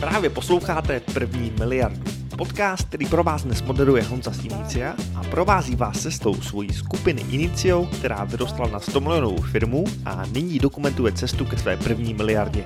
Právě posloucháte První miliardu. Podcast, který pro vás dnes moderuje Honza z Inicia a provází vás cestou svojí skupiny Inicio, která vyrostla na 100 milionovou firmu a nyní dokumentuje cestu ke své první miliardě.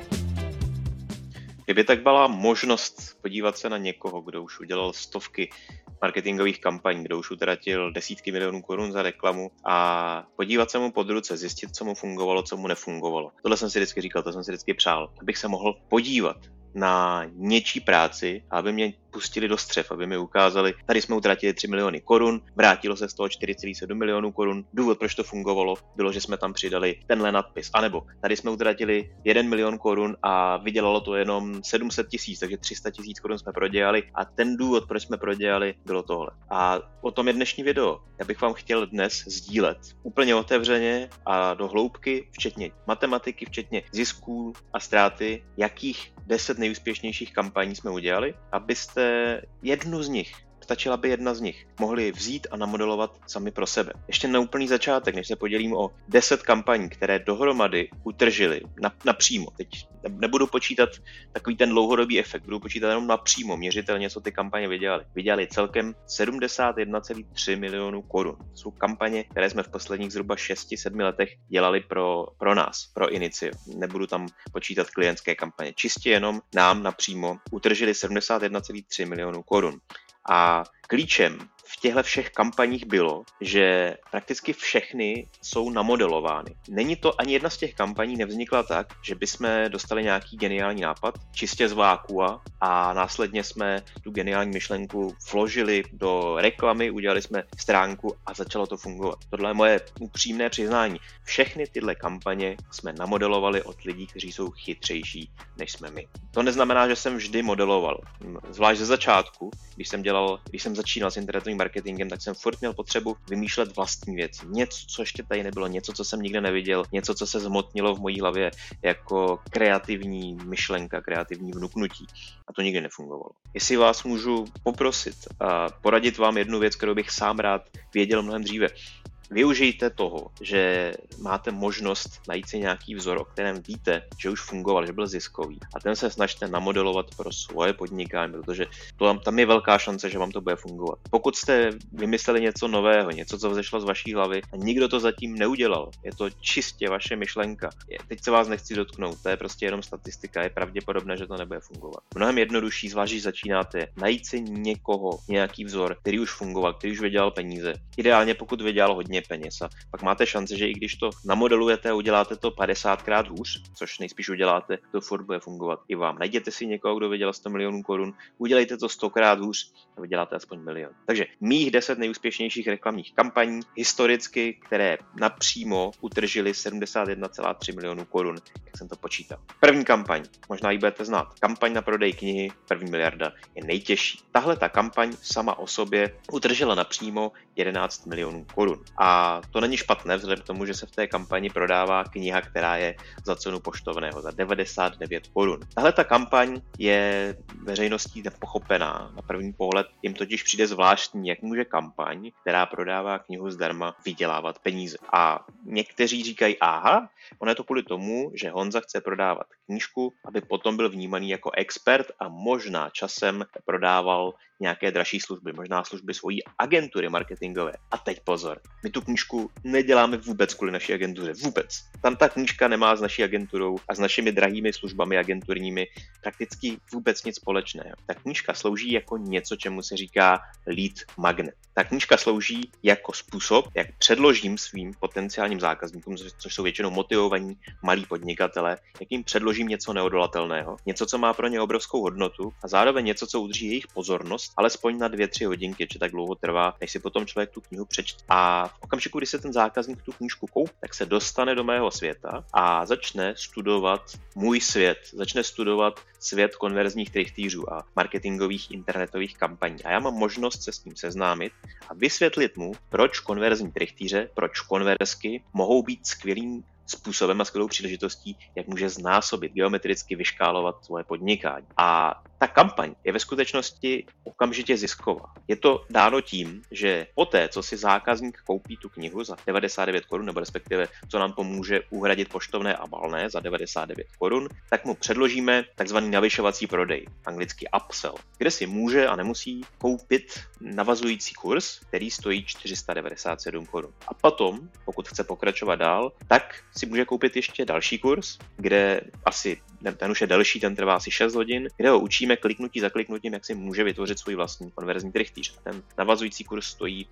Kdyby tak byla možnost podívat se na někoho, kdo už udělal stovky marketingových kampaní, kdo už utratil desítky milionů korun za reklamu a podívat se mu pod ruce, zjistit, co mu fungovalo, co mu nefungovalo. Tohle jsem si vždycky říkal, to jsem si vždycky přál, abych se mohl podívat na něčí práci a aby mě pustili do střev, aby mi ukázali, tady jsme utratili 3 miliony korun, vrátilo se z toho 4,7 milionů korun. Důvod, proč to fungovalo, bylo, že jsme tam přidali tenhle nadpis. A nebo tady jsme utratili 1 milion korun a vydělalo to jenom 700 000, takže 300 000 korun jsme prodělali a ten důvod, proč jsme prodělali, bylo tohle. A o tom je dnešní video. Já bych vám chtěl dnes sdílet úplně otevřeně a do hloubky, včetně matematiky, včetně zisků a ztráty, jakých 10 nejúspěšnějších kampaní jsme udělali, abyste jednu z nich, stačila by jedna z nich, mohli vzít a namodelovat sami pro sebe. Ještě na úplný začátek, než se podělím o 10 kampaní, které dohromady utržily napřímo. Teď nebudu počítat takový ten dlouhodobý efekt, budu počítat jenom napřímo, měřitelně, co ty kampaně vydělaly. Vydělali celkem 71,3 milionů korun. To jsou kampaně, které jsme v posledních zhruba 6-7 letech dělali pro nás, pro Inicio. Nebudu tam počítat klientské kampaně. Čistě jenom nám napřímo utržili 71,3 milionů korun. A klíčem v těchto všech kampaních bylo, že prakticky všechny jsou namodelovány. Není to ani jedna z těch kampaní nevznikla tak, že bychom dostali nějaký geniální nápad, čistě z vákua a následně jsme tu geniální myšlenku vložili do reklamy, udělali jsme stránku a začalo to fungovat. Tohle je moje upřímné přiznání. Všechny tyhle kampaně jsme namodelovali od lidí, kteří jsou chytřejší než jsme my. To neznamená, že jsem vždy modeloval. Zvlášť ze začátku, když jsem začínal s internetovým marketingem, tak jsem furt měl potřebu vymýšlet vlastní věci. Něco, co ještě tady nebylo, něco, co jsem nikde neviděl, něco, co se zhmotnilo v mojí hlavě jako kreativní myšlenka, kreativní vnuknutí. A to nikdy nefungovalo. Jestli vás můžu poprosit a poradit vám jednu věc, kterou bych sám rád věděl mnohem dříve. Využijte toho, že máte možnost najít si nějaký vzor, o kterém víte, že už fungoval, že byl ziskový. A ten se snažte namodelovat pro svoje podnikání, protože tam je velká šance, že vám to bude fungovat. Pokud jste vymysleli něco nového, něco, co vzešlo z vaší hlavy a nikdo to zatím neudělal, je to čistě vaše myšlenka. Teď se vás nechci dotknout, to je prostě jenom statistika, je pravděpodobné, že to nebude fungovat. Mnohem jednodušší, zvlášť když začínáte, najít si někoho, nějaký vzor, který už fungoval, který už vydělal peníze. Ideálně pokud vydělal hodně peněz a pak máte šanci, že i když to namodelujete a uděláte to 50krát hůř, což nejspíš uděláte, to furt bude fungovat i vám. Najděte si někoho, kdo vydělal 100 milionů korun, udělejte to 100krát hůř a vyděláte aspoň milion. Takže mých 10 nejúspěšnějších reklamních kampaní historicky, které napřímo utržily 71,3 milionů korun, jak jsem to počítal. První kampaň, možná ji budete znát. Kampaň na prodej knihy První miliarda je nejtěžší. Tahle ta kampaň sama o sobě utržila napřímo 11 milionů korun. A to není špatné, vzhledem k tomu, že se v té kampani prodává kniha, která je za cenu poštovného, za 99 korun. Tahle ta kampaň je veřejností nepochopená. Na první pohled jim totiž přijde zvláštní, jak může kampaň, která prodává knihu zdarma, vydělávat peníze. A někteří říkají, aha, ono je to kvůli tomu, že Honza chce prodávat knížku, aby potom byl vnímaný jako expert a možná časem prodával nějaké dražší služby, možná služby svojí agentury marketingové. A teď pozor, my tu knížku neděláme vůbec kvůli naší agentuře, vůbec. Tam ta knížka nemá s naší agenturou a s našimi drahými službami agenturními prakticky vůbec nic společného. Ta knížka slouží jako něco, čemu se říká lead magnet. Ta knížka slouží jako způsob, jak předložím svým potenciálním zákazníkům, což jsou většinou motivovaní malí podnikatelé, jak jim předložím něco neodolatelného, něco, co má pro ně obrovskou hodnotu a zároveň něco, co udrží jejich pozornost, alespoň na 2-3 hodinky, že tak dlouho trvá, než si potom člověk tu knihu přečte. A v okamžiku, kdy se ten zákazník tu knížku koupí, tak se dostane do mého světa a začne studovat můj svět, začne studovat svět konverzních trichtýřů a marketingových internetových kampaní. A já mám možnost se s ním seznámit a vysvětlit mu, proč konverzní trichtýře, proč konverzky mohou být skvělým způsobem a skvělou příležitostí, jak může znásobit, geometricky vyškálovat svoje podnikání. A ta kampaň je ve skutečnosti okamžitě zisková. Je to dáno tím, že poté, co si zákazník koupí tu knihu za 99 korun, nebo respektive co nám pomůže uhradit poštovné a balné za 99 korun, tak mu předložíme takzvaný navyšovací prodej, anglicky upsell, kde si může a nemusí koupit navazující kurz, který stojí 497 korun. A potom, pokud chce pokračovat dál, tak si může koupit ještě další kurz, kde asi ten už je delší, ten trvá asi 6 hodin, kde ho učíme kliknutí za kliknutím, jak si může vytvořit svůj vlastní konverzní trychtýř. Ten navazující kurz stojí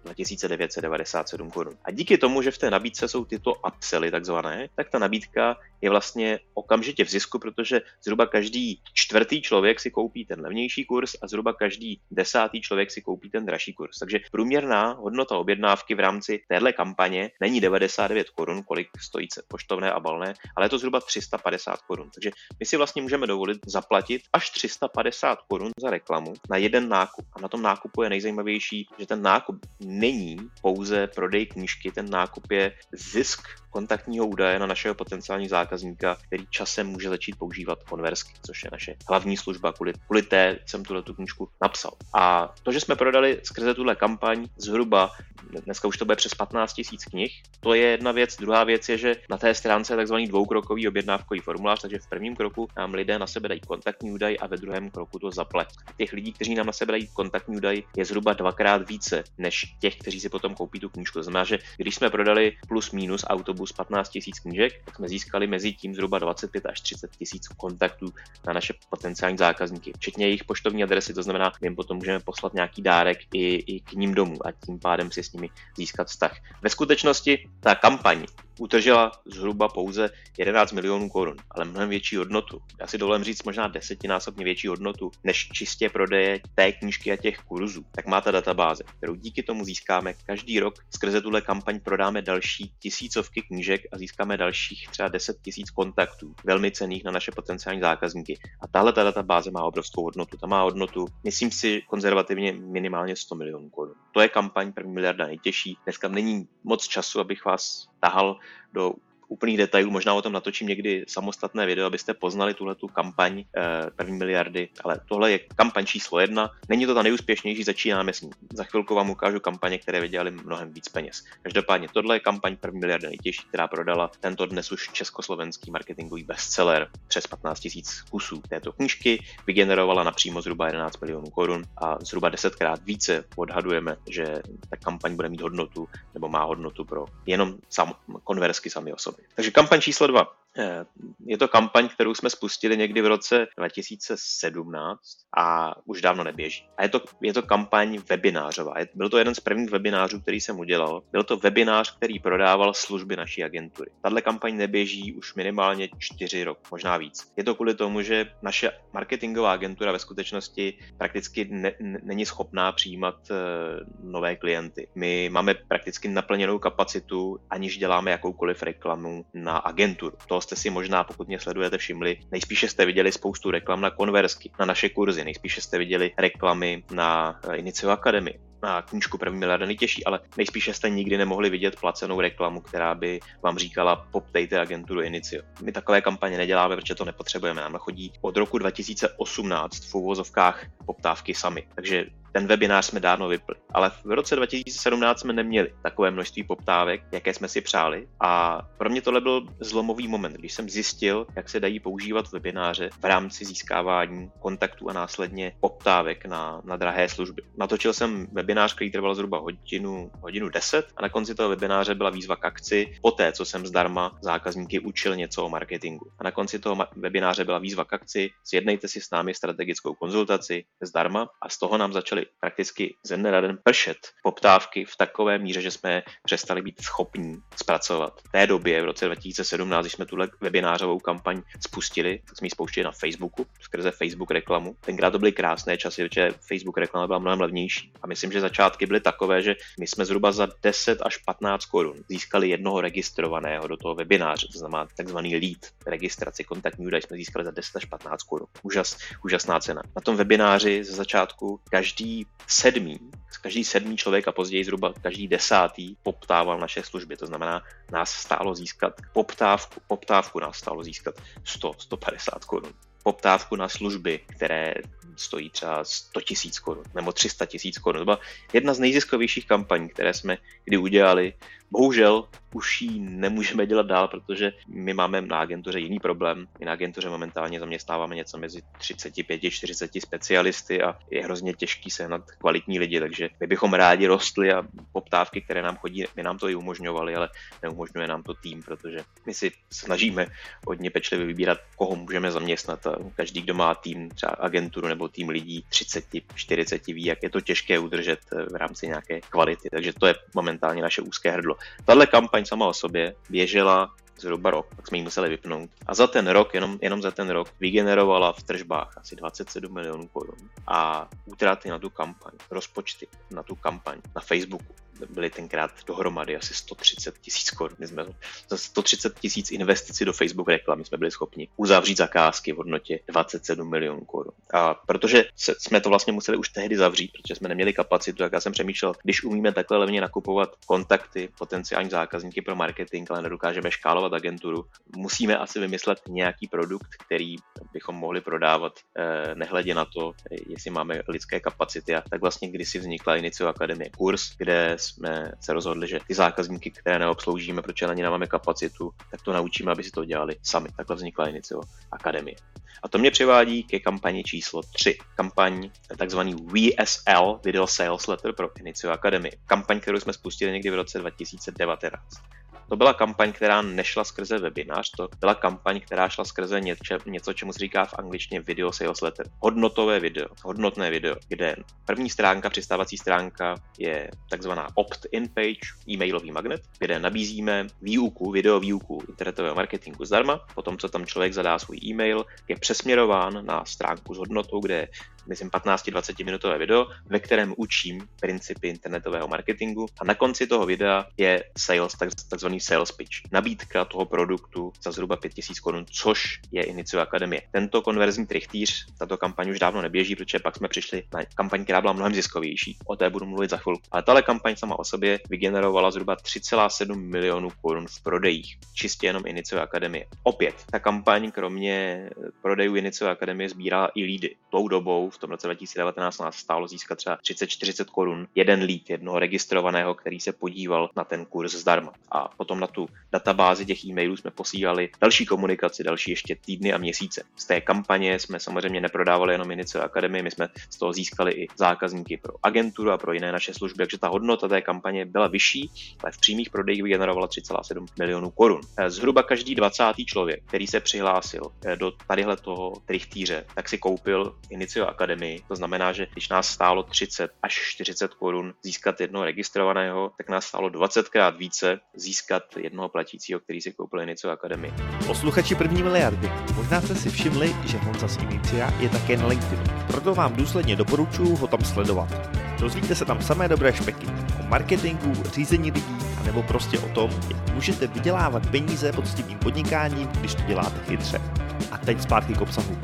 2997 korun. A díky tomu, že v té nabídce jsou tyto upsely takzvané, tak ta nabídka je vlastně okamžitě v zisku, protože zhruba každý čtvrtý člověk si koupí ten levnější kurz a zhruba každý 10. člověk si koupí ten dražší kurz. Takže průměrná hodnota objednávky v rámci téhle kampaně není 99 korun, kolik stojí poštovné a balné, ale je to zhruba 350 korun. Takže my si vlastně můžeme dovolit zaplatit až 350 korun za reklamu na jeden nákup. A na tom nákupu je nejzajímavější, že ten nákup není pouze prodej knížky, ten nákup je zisk kontaktního údaje na našeho potenciálního zákazníka, který časem může začít používat konverzky, což je naše hlavní služba, kvůli té jsem tu knížku napsal. A to, že jsme prodali skrze tuhle kampaň zhruba, dneska už to bude přes 15 000 knih, to je jedna věc. Druhá věc je, že na té stránce je takzvaný dvoukrokový objednávkový formulář, takže v prvním kroku nám lidé na sebe dají kontaktní údaj a ve druhém kroku to zaplatí. Těch lidí, kteří nám na sebe dají kontaktní údaj, je zhruba 2x více než těch, kteří si potom koupí tu knížku. To znamená, že když jsme prodali plus minus autobus 15 000 knížek, tak jsme získali mezi tím zhruba 25 až 30 000 kontaktů na naše potenciální zákazníky, včetně jejich poštovní adresy. To znamená, my jim potom můžeme poslat nějaký dárek i k ním domů a tím pádem si s nimi získat vztah. Ve skutečnosti ta kampaň utržila zhruba pouze 11 milionů korun, ale mnohem větší hodnotu. Já si dovolím říct možná 10násobně větší hodnotu než čistě prodeje té knížky a těch kurzů. Tak má ta databáze, kterou díky tomu získáme každý rok. Skrze tuhle kampaň prodáme další tisícovky knížek a získáme dalších třeba 10 000 kontaktů, velmi cenných na naše potenciální zákazníky. A tahle ta databáze má obrovskou hodnotu. Ta má hodnotu, myslím si, konzervativně minimálně 100 milionů korun. To je kampaň první miliarda nejtěžší. Dneska není moc času, abych vás tahal do úplných detailů, možná o tom natočím někdy samostatné video, abyste poznali tuhletu kampaň první miliardy, ale tohle je kampaň číslo 1. Není to ta nejúspěšnější, začínáme s ní. Za chvilku vám ukážu kampaně, které vydělaly mnohem víc peněz. Každopádně tohle je kampaň první miliardy nejtěžší, která prodala tento dnes už československý marketingový bestseller přes 15 000 kusů této knížky, vygenerovala napřímo zhruba 11 milionů korun a zhruba 10krát více odhadujeme, že ta kampaň bude mít hodnotu nebo má hodnotu pro jenom konverzky sami o sobě. Takže kampaň číslo 2. Je to kampaň, kterou jsme spustili někdy v roce 2017 a už dávno neběží. A je to kampaň webinářová. Byl to jeden z prvních webinářů, který jsem udělal. Byl to webinář, který prodával služby naší agentury. Tahle kampaň neběží už minimálně 4 roky, možná víc. Je to kvůli tomu, že naše marketingová agentura ve skutečnosti prakticky není schopná přijímat nové klienty. My máme prakticky naplněnou kapacitu, aniž děláme jakoukoliv reklamu na agenturu. To jste si možná, pokud mě sledujete, všimli. Nejspíše jste viděli spoustu reklam na konverzky, na naše kurzy, nejspíše jste viděli reklamy na Inicio Academy, na knížku první miliarda nejtěžší, ale nejspíše jste nikdy nemohli vidět placenou reklamu, která by vám říkala poptejte agenturu Inicio. My takové kampaně neděláme, protože to nepotřebujeme. Nám chodí od roku 2018 v uvozovkách poptávky sami. Takže ten webinář jsme dávno vypli. Ale v roce 2017 jsme neměli takové množství poptávek, jaké jsme si přáli. A pro mě tohle byl zlomový moment, když jsem zjistil, jak se dají používat webináře v rámci získávání kontaktů a následně poptávek na drahé služby. Natočil jsem webinář, který trval zhruba hodinu 10 a na konci toho webináře byla výzva k akci, poté co jsem zdarma zákazníky učil něco o marketingu. A na konci toho webináře byla výzva k akci, sjednejte si s námi strategickou konzultaci zdarma a z toho nám začaly prakticky ze dne na den pršet poptávky v takové míře, že jsme přestali být schopní zpracovat. V té době, v roce 2017, když jsme tuhle webinářovou kampaň spustili, tak jsme ji spouštěli na Facebooku, skrze Facebook reklamu. Tenkrát to byly krásné časy, protože Facebook reklama byla mnohem levnější. A myslím, že začátky byly takové, že my jsme zhruba za 10 až 15 korun získali jednoho registrovaného do toho webináře, to znamená takzvaný lead, registraci, kontaktní údaj jsme získali za 10 až 15 korun. Úžasná cena. Na tom webináři ze začátku každý sedmý člověk a později zhruba každý 10. poptával naše služby. To znamená, nás stálo získat poptávku nás stálo získat 100-150 korun. poptávku na služby, které stojí třeba 100 000 korun nebo 300 000 korun. To byla jedna z nejziskovějších kampaní, které jsme kdy udělali. Bohužel už ji nemůžeme dělat dál, protože my máme na agentuře jiný problém. My na agentuře momentálně zaměstnáváme něco mezi 35-40 specialisty a je hrozně těžký sehnat kvalitní lidi, takže my bychom rádi rostli a poptávky, které nám chodí, my nám to i umožňovali, ale neumožňuje nám to tým, protože my si snažíme hodně pečlivě vybírat, koho můžeme zaměstnat a každý, kdo má tým, třeba agenturu nebo tým lidí 30-40 ví, jak je to těžké udržet v rámci nějaké kvality, takže to je momentálně naše úzké hrdlo. Tahle kampaň sama o sobě běžela zhruba rok, tak jsme ji museli vypnout. A za ten rok, jenom za ten rok, vygenerovala v tržbách asi 27 milionů korun. A útraty na tu kampaň, rozpočty na tu kampaň na Facebooku byly tenkrát dohromady asi 130 000 korun. My jsme za 130 000 investicí do Facebook reklamy jsme byli schopni uzavřít zakázky v hodnotě 27 milionů korun. A protože jsme to vlastně museli už tehdy zavřít, protože jsme neměli kapacitu, tak já jsem přemýšlel, když umíme takhle levně nakupovat kontakty, potenciální zákazníky pro marketing, ale nedokážeme škálovat agenturu, musíme asi vymyslet nějaký produkt, který bychom mohli prodávat, nehledě na to, jestli máme lidské kapacity. A tak vlastně kdysi vznikla Inicio Akademie, kurz, kde jsme se rozhodli, že ty zákazníky, které neobsloužíme, protože na ně nemáme kapacitu, tak to naučíme, aby si to dělali sami. Takhle vznikla Inicio Akademie. A to mě přivádí ke kampani číslo 3. Kampaň takzvaný VSL, Video Sales Letter pro Inicio Akademii. Kampaň, kterou jsme spustili někdy v roce 2019. To byla kampaň, která nešla skrze webinář, to byla kampaň, která šla skrze něco, čemu se říká v angličtině video sales letter. Hodnotné video, kde první stránka, přistávací stránka je takzvaná opt-in page, e-mailový magnet, kde nabízíme video výuku internetového marketingu zdarma. Potom, co tam člověk zadá svůj e-mail, je přesměrován na stránku s hodnotou, kde je myslím 15-20 minutové video, ve kterém učím principy internetového marketingu a na konci toho videa je sales, takzvaný sales pitch, nabídka toho produktu za zhruba 5 000 korun, což je Inicio Akademie. Tento konverzní trichtýř, tato kampaň už dávno neběží, protože pak jsme přišli na kampaň, která byla mnohem ziskovější. O té budu mluvit za chvilku. Ale tahle kampaň sama o sobě vygenerovala zhruba 3,7 milionů korun v prodejích, čistě jenom Inicio Akademie. Opět, ta kampaň kromě prodejů Inicio Akademie sbírala i lídy. Tou dobou v tom roce 2019 nás stálo získat třeba 30-40 korun jeden lead, jednoho registrovaného, který se podíval na ten kurz zdarma. A potom na tu databázi těch e-mailů jsme posílali další komunikaci, další ještě týdny a měsíce. Z té kampaně jsme samozřejmě neprodávali jenom Inicio Akademii, my jsme z toho získali i zákazníky pro agenturu a pro jiné naše služby, takže ta hodnota té kampaně byla vyšší, ale v přímých prodejích vygenerovala 3,7 milionů korun. Zhruba každý 20. člověk, který se přihlásil do tadyhle toho trichtýře, tak si koupil Inicio Akademii. To znamená, že když nás stálo 30 až 40 korun získat jednoho registrovaného, tak nás stálo 20krát více získat jednoho platícího, který si koupil Inicio Akademii. Posluchači první miliardy, možná jste si všimli, že Honza z Inicia je také na LinkedInu. Proto vám důsledně doporučuji ho tam sledovat. Dozvíte se tam samé dobré špeky o marketingu, řízení lidí, anebo prostě o tom, jak můžete vydělávat peníze poctivým podnikáním, když to děláte chytře. A teď zpátky k obsahu.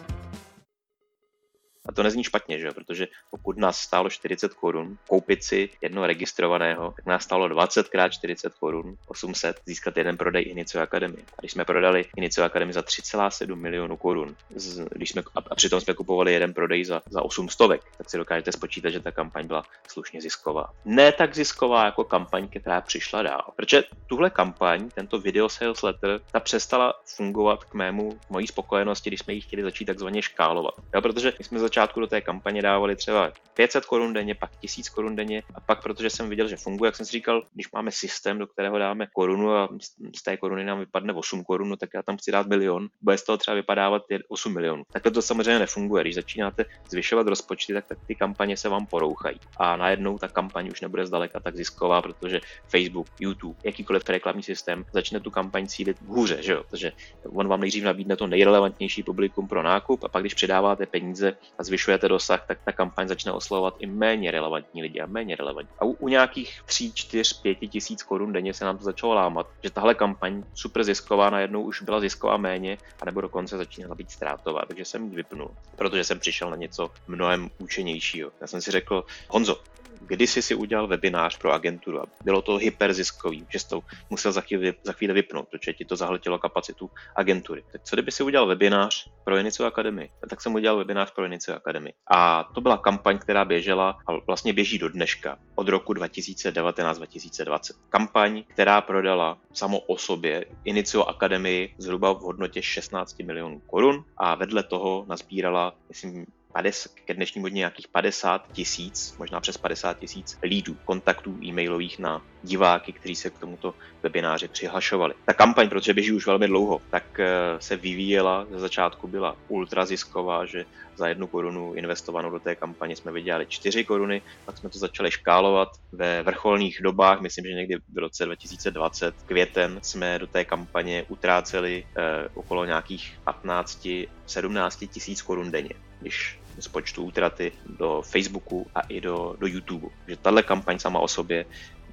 A to nezní špatně, že? Protože pokud nás stálo 40 korun koupit si jednoho registrovaného, tak nás stálo 20x40 korun, 800 získat jeden prodej Inicio Akademie. A když jsme prodali Inicio Akademii za 3,7 milionů korun, a přitom jsme kupovali jeden prodej za 800, tak si dokážete spočítat, že ta kampaň byla slušně zisková. Ne tak zisková jako kampaň, která přišla dál. Protože tuhle kampaň, tento video sales letter, ta přestala fungovat k mojí spokojenosti, když jsme ji chtěli začít takzvaně škálovat. Jo, protože my jsme začátku do té kampaně dávali třeba 500 korun denně, pak 1000 korun denně a pak, protože jsem viděl, že funguje, jak jsem si říkal, když máme systém, do kterého dáme korunu a z té koruny nám vypadne 8 korun, no tak já tam chci dát milion, bude z toho třeba vypadávat 8 milionů. Takhle to samozřejmě nefunguje. Když začínáte zvyšovat rozpočty, tak ty kampaně se vám porouchají. A najednou ta kampaň už nebude zdaleka tak zisková, protože Facebook, YouTube, jakýkoliv reklamní systém začne tu kampaň cílit hůře, že jo? Takže on vám nejdřív nabídne to nejrelevantnější publikum pro nákup a pak když přidáváte peníze a zvyšujete dosah, tak ta kampaň začne oslovovat i méně relevantní lidi a méně relevantní. A u nějakých 3, 4, 5 tisíc korun denně se nám to začalo lámat, že tahle kampaň super zisková najednou už byla zisková méně, anebo dokonce začínala být ztrátová, takže jsem ji vypnul, protože jsem přišel na něco mnohem účinnějšího. Já jsem si řekl, Honzo, kdysi si udělal webinář pro agenturu a bylo to hyperziskový, že jsi to musel za chvíli vypnout, protože ti to zahltilo kapacitu agentury. Tak co kdyby si udělal webinář pro Inicio Academy? Tak jsem udělal webinář pro Inicio Academy. A to byla kampaň, která běžela a vlastně běží do dneška, od roku 2019-2020. Kampaň, která prodala samo o sobě Inicio Academy zhruba v hodnotě 16 milionů korun a vedle toho nazbírala, myslím, ke dnešnímu dni nějakých 50 000, možná přes 50 000 leadů, kontaktů e-mailových na diváky, kteří se k tomuto webináři přihlašovali. Ta kampaň, protože běží už velmi dlouho, tak se vyvíjela, ze začátku byla ultrazisková, že za 1 korunu investovanou do té kampaně jsme vydělali 4 koruny, pak jsme to začali škálovat. Ve vrcholných dobách, myslím, že někdy v roce 2020, květen, jsme do té kampaně utráceli okolo nějakých 15-17 tisíc korun denně, když z počtu útraty do Facebooku a i do YouTube. Takže tahle kampaň sama o sobě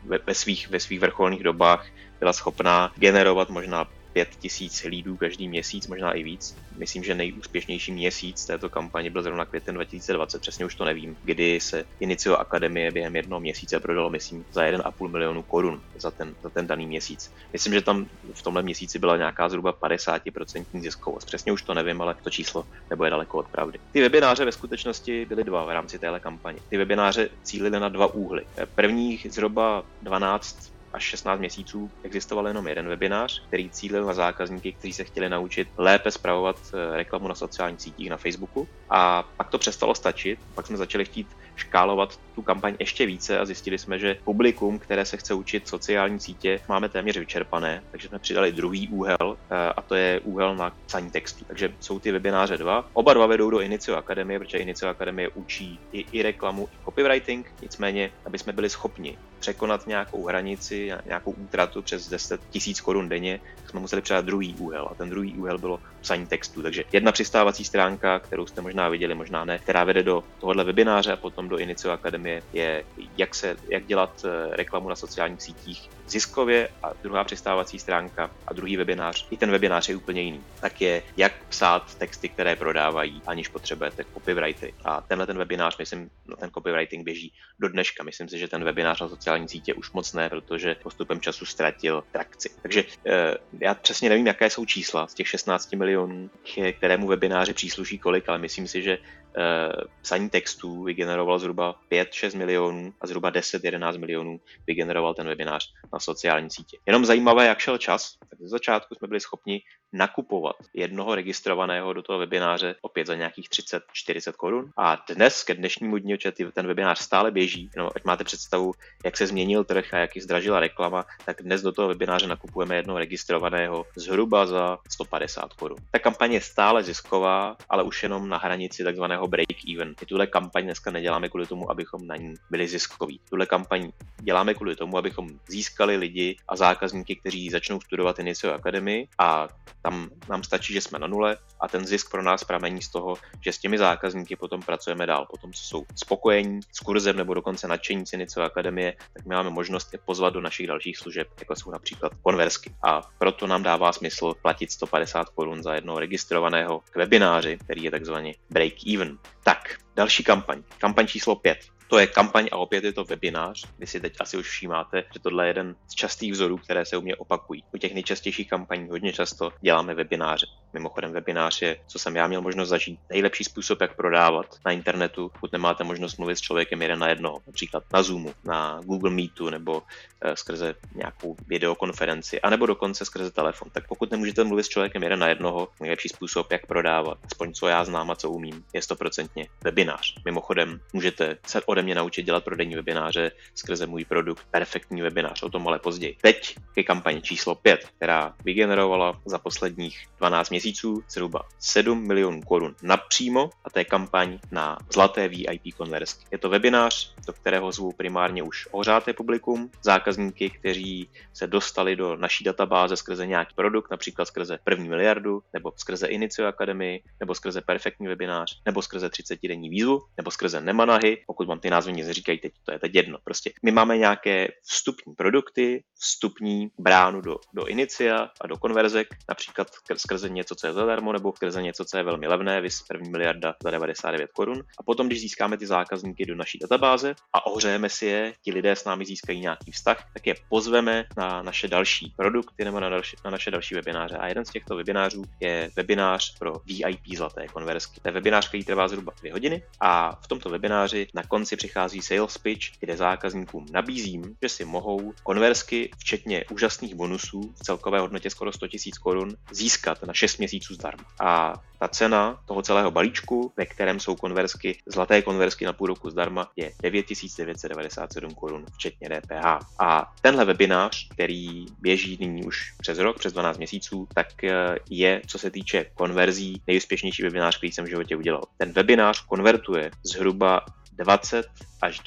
ve svých vrcholných dobách byla schopná generovat možná 5 000 leadů každý měsíc, možná i víc. Myslím, že nejúspěšnější měsíc této kampaně byl zrovna květen 2020, přesně už to nevím, kdy se Inicio Academy během 1 měsíce prodalo, myslím, za 1,5 milionu korun za ten daný měsíc. Myslím, že tam v tomhle měsíci byla nějaká zhruba 50% ziskovost. Přesně už to nevím, ale to číslo nebude daleko od pravdy. Ty webináře ve skutečnosti byly 2 v rámci téhle kampaně. Ty webináře cílily na 2 úhly. Prvních zhruba 12 až 16 měsíců existoval jenom jeden webinář, který cílil na zákazníky, kteří se chtěli naučit lépe spravovat reklamu na sociálních sítích na Facebooku. A pak to přestalo stačit, pak jsme začali chtít škálovat tu kampaň ještě více a zjistili jsme, že publikum, které se chce učit sociální sítě, máme téměř vyčerpané, takže jsme přidali druhý úhel a to je úhel na psaní textu. Takže jsou ty webináře 2. Oba 2 vedou do Inicio Academy, protože Inicio Academy učí i reklamu, i copywriting, nicméně, aby jsme byli schopni překonat nějakou hranici, nějakou útratu přes 10 000 korun denně, jsme museli přidat druhý úhel a ten druhý úhel bylo psaní textu. Takže jedna přistávací stránka, kterou jste možná viděli, možná ne, která vede do tohohle webináře a potom do Inicio Academy, je jak dělat reklamu na sociálních sítích ziskově, a druhá přistávací stránka a druhý webinář, i ten webinář je úplně jiný. Tak je, jak psát texty, které prodávají, aniž potřebujete copywritery. A ten webinář, myslím, ten copywriting běží do dneška. Myslím si, že ten webinář na sociální sítě už moc ne, protože postupem času ztratil trakci. Takže já přesně nevím, jaké jsou čísla z těch 16 milionů, kterému webináři přísluší kolik, ale myslím si, že psaní textů vygeneroval zhruba 5-6 milionů a zhruba 10-11 milionů vygeneroval ten webinář na sociální sítě. Jenom zajímavé, jak šel čas, tak ze začátku jsme byli schopni nakupovat jednoho registrovaného do toho webináře opět za nějakých 30-40 korun. A dnes, ke dnešnímu dni, ten webinář stále běží, jenom ať máte představu, jak se změnil trh a jak ji zdražila reklama, tak dnes do toho webináře nakupujeme jednoho registrovaného zhruba za 150 korun. Ta kampaně je stále zisková, ale už jenom na hranici takzvaného break-even. My tuhle kampaň dneska neděláme kvůli tomu, abychom na ní byli ziskoví. Tuhle kampaň děláme kvůli tomu, abychom získali lidi a zákazníky, kteří začnou studovat Inicio Academy, a tam nám stačí, že jsme na nule a ten zisk pro nás pramení z toho, že s těmi zákazníky potom pracujeme dál. Potom, co jsou spokojení s kurzem nebo dokonce nadšení z Inicio Academie, tak my máme možnost je pozvat do našich dalších služeb, jako jsou například konverzky. A proto nám dává smysl platit 150 korun za jednoho registrovaného k webináři, který je takzvaný break-even. Tak, další kampaň. Kampaň číslo 5. To je kampaň a opět je to webinář. Vy si teď asi už všímáte, že tohle je jeden z častých vzorů, které se u mě opakují. U těch nejčastějších kampaní hodně často děláme webináře. Mimochodem webinář je, co jsem já měl možnost zažít, nejlepší způsob, jak prodávat na internetu, pokud nemáte možnost mluvit s člověkem 1 na 1, například na Zoomu, na Google Meetu nebo skrze nějakou videokonferenci, anebo dokonce skrze telefon. Tak pokud nemůžete mluvit s člověkem 1 na 1, nejlepší způsob, jak prodávat, aspoň co já znám a co umím, je 100% webinář. Mimochodem, můžete se ode mě naučit dělat prodejní webináře skrze můj produkt Perfektní webinář, o tom ale později. Teď je kampaň číslo 5, která vygenerovala za posledních 12 měsíců zhruba 7 milionů korun napřímo, a to je kampaň na zlaté VIP konverzky. Je to webinář, do kterého zvu primárně už ohřáté publikum, zákazníky, kteří se dostali do naší databáze skrze nějaký produkt, například skrze první miliardu, nebo skrze Inicio Academy, nebo skrze Perfektní webinář, nebo skrze 30denní výzvu, nebo skrze Nemanahy, pokud vám ty názvy nic říkají, to je teď jedno. Prostě my máme nějaké vstupní produkty, vstupní bránu do Inicia a do konverzek, například skrze něco, co je zadarmo, nebo skrze něco, co je velmi levné, vys první miliarda za 99 korun. A potom, když získáme ty zákazníky do naší databáze a ohřejeme si je, ti lidé s námi získají nějaký vztah, tak je pozveme na naše další produkty nebo na naše další webináře. A jeden z těchto webinářů je webinář pro VIP zlaté konverzky. To je webinář, který trvá zhruba 2 hodiny a v tomto webináři na konci přichází sales pitch, kde zákazníkům nabízím, že si mohou konverzky, včetně úžasných bonusů v celkové hodnotě skoro 100 000 korun, získat na 6 měsíců zdarma. A ta cena toho celého balíčku, ve kterém jsou konverzky, zlaté konverzky na půl roku zdarma, je 9 997 korun, včetně DPH. A tenhle webinář, který běží nyní už přes rok, přes 12 měsíců, tak je, co se týče konverzí, nejúspěšnější webinář, který jsem v životě udělal. Ten webinář konvertuje zhruba 20 až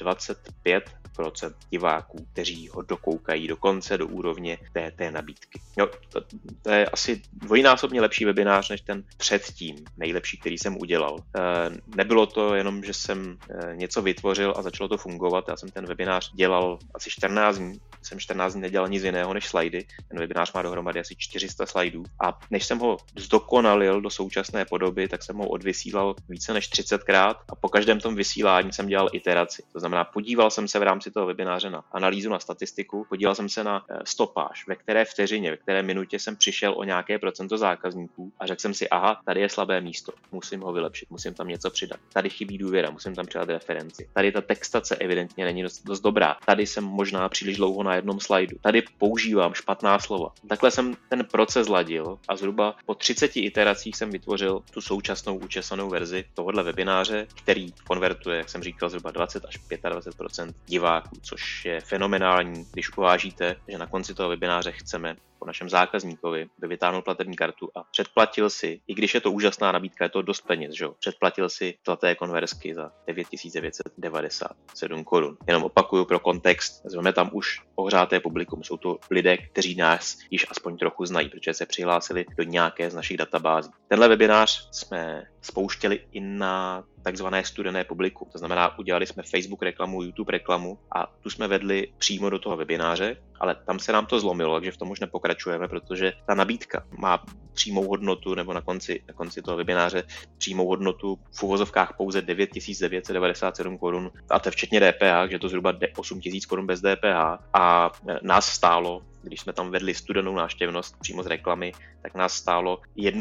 25% diváků, kteří ho dokoukají dokonce do úrovně té nabídky. Jo, to je asi dvojnásobně lepší webinář než ten předtím nejlepší, který jsem udělal. Nebylo to jenom, že jsem něco vytvořil a začalo to fungovat. Já jsem ten webinář dělal asi 14 dní. Jsem 14 dní nedělal nic jiného než slajdy. Ten webinář má dohromady asi 400 slajdů. A než jsem ho zdokonalil do současné podoby, tak jsem ho odvysílal více než 30krát a po každém tom vysílání jsem dělal iteraci. To znamená, podíval jsem se v rámci toho webináře na analýzu, na statistiku, podíval jsem se na stopáž, ve které vteřině, ve které minutě jsem přišel o nějaké procento zákazníků a řekl jsem si, aha, tady je slabé místo, musím ho vylepšit, musím tam něco přidat. Tady chybí důvěra, musím tam přidat referenci. Tady ta textace evidentně není dost dobrá. Tady jsem možná příliš dlouho na jednom slajdu. Tady používám špatná slova. Takhle jsem ten proces ladil a zhruba po 30 iteracích jsem vytvořil tu současnou učesanou verzi tohohle webináře, který konvertuje, jak jsem říkal, zhruba 20 až 25% diváků, což je fenomenální, když uvážíte, že na konci toho webináře chceme po našem zákazníkovi, aby vytáhnul platební kartu a předplatil si, i když je to úžasná nabídka, je to dost peněz, že jo? Předplatil si zlaté konverzky za 9 997 korun. Jenom opakuju pro kontext, vezmeme tam už ohřáté publikum, jsou to lidé, kteří nás již aspoň trochu znají, protože se přihlásili do nějaké z našich databází. Tenhle webinář jsme spouštěli i na takzvané studené publikum. To znamená, udělali jsme Facebook reklamu, YouTube reklamu a tu jsme vedli přímo do toho webináře, ale tam se nám to zlomilo, takže v tom už nepokračujeme, protože ta nabídka má přímou hodnotu, nebo na konci toho webináře přímou hodnotu v uvozovkách pouze 9 997 korun, a to včetně DPH, že to zhruba 8 000 korun bez DPH a nás stálo, když jsme tam vedli studenou návštěvnost přímo z reklamy, tak nás stálo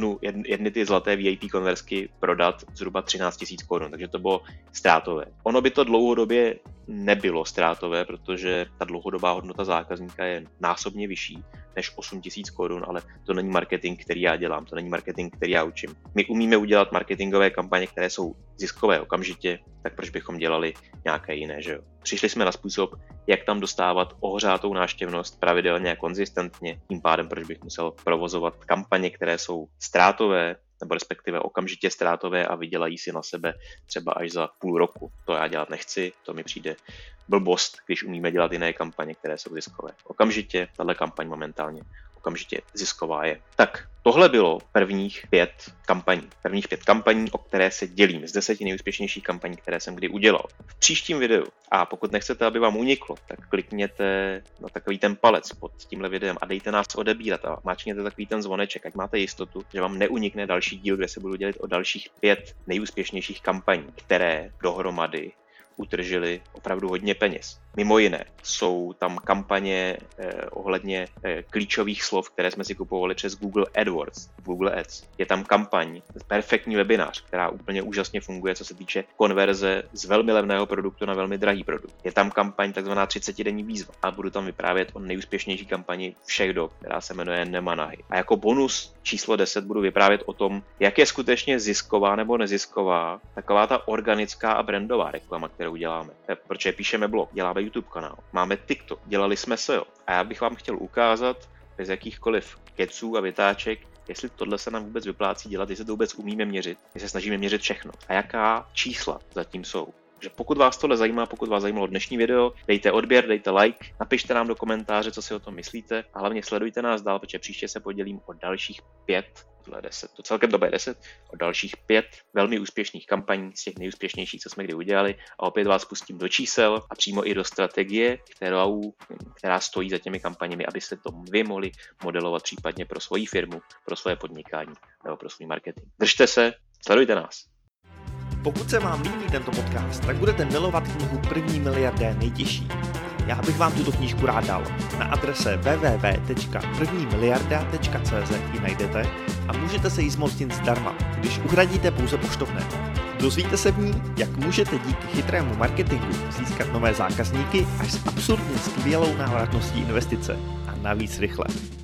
jedny ty zlaté VIP konverzky prodat zhruba 13 000 korun, takže to bylo ztrátové. Ono by to dlouhodobě nebylo ztrátové, protože ta dlouhodobá hodnota zákazníka je násobně vyšší než 8 000 korun, ale to není marketing, který já dělám, to není marketing, který já učím. My umíme udělat marketingové kampaně, které jsou ziskové okamžitě, tak proč bychom dělali nějaké jiné, že jo? Přišli jsme na způsob, jak tam dostávat ohřátou návštěvnost pravidelně a konzistentně, tím pádem proč bych musel provozovat kampaně, které jsou ztrátové, nebo respektive okamžitě ztrátové a vydělají si na sebe třeba až za půl roku. To já dělat nechci, to mi přijde blbost, když umíme dělat jiné kampaně, které jsou ziskové. Okamžitě, tahle kampaň momentálně okamžitě zisková je. Tak, tohle bylo prvních 5 kampaní, o které se dělím z 10 nejúspěšnějších kampaní, které jsem kdy udělal. V příštím videu, a pokud nechcete, aby vám uniklo, tak klikněte na takový ten palec pod tímhle videem a dejte nás odebírat a máčkněte takový ten zvoneček, ať máte jistotu, že vám neunikne další díl, kde se budu dělit o dalších 5 nejúspěšnějších kampaní, které dohromady utržili opravdu hodně peněz. Mimo jiné jsou tam kampaně ohledně klíčových slov, které jsme si kupovali přes Google AdWords, Google Ads. Je tam kampaň, perfektní webinář, která úplně úžasně funguje, co se týče konverze z velmi levného produktu na velmi drahý produkt. Je tam kampaň takzvaná 30denní výzva a budu tam vyprávět o nejúspěšnější kampani všech dob, která se jmenuje Nemanahy. A jako bonus číslo 10 budu vyprávět o tom, jak je skutečně zisková nebo nezisková taková ta organická a brandová reklama, kterou děláme. Protože píšeme blog, děláme YouTube kanál, máme TikTok, dělali jsme SEO. A já bych vám chtěl ukázat bez jakýchkoliv keců a vytáček, jestli tohle se nám vůbec vyplácí dělat, jestli to vůbec umíme měřit, my se snažíme měřit všechno. A jaká čísla zatím jsou. Takže pokud vás tohle zajímá, pokud vás zajímalo dnešní video, dejte odběr, dejte like, napište nám do komentáře, co si o tom myslíte a hlavně sledujte nás dál, protože příště se podělím o dalších 5 tohle je 10. To celkem to je 10 o dalších 5 velmi úspěšných kampaní, z těch nejúspěšnějších, co jsme kdy udělali, a opět vás pustím do čísel a přímo i do strategie, která stojí za těmi kampaněmi, abyste to vy mohli modelovat případně pro svoji firmu, pro svoje podnikání nebo pro svůj marketing. Držte se, sledujte nás. Pokud se vám líbí tento podcast, tak budete milovat knihu První miliardér nejtěžší. Já bych vám tuto knížku rád dal. Na adrese www.prvnimiliarda.cz ji najdete a můžete se jí zmocnit zdarma, když uhradíte pouze poštovné. Dozvíte se v ní, jak můžete díky chytrému marketingu získat nové zákazníky až s absurdně skvělou návratností investice a navíc rychle.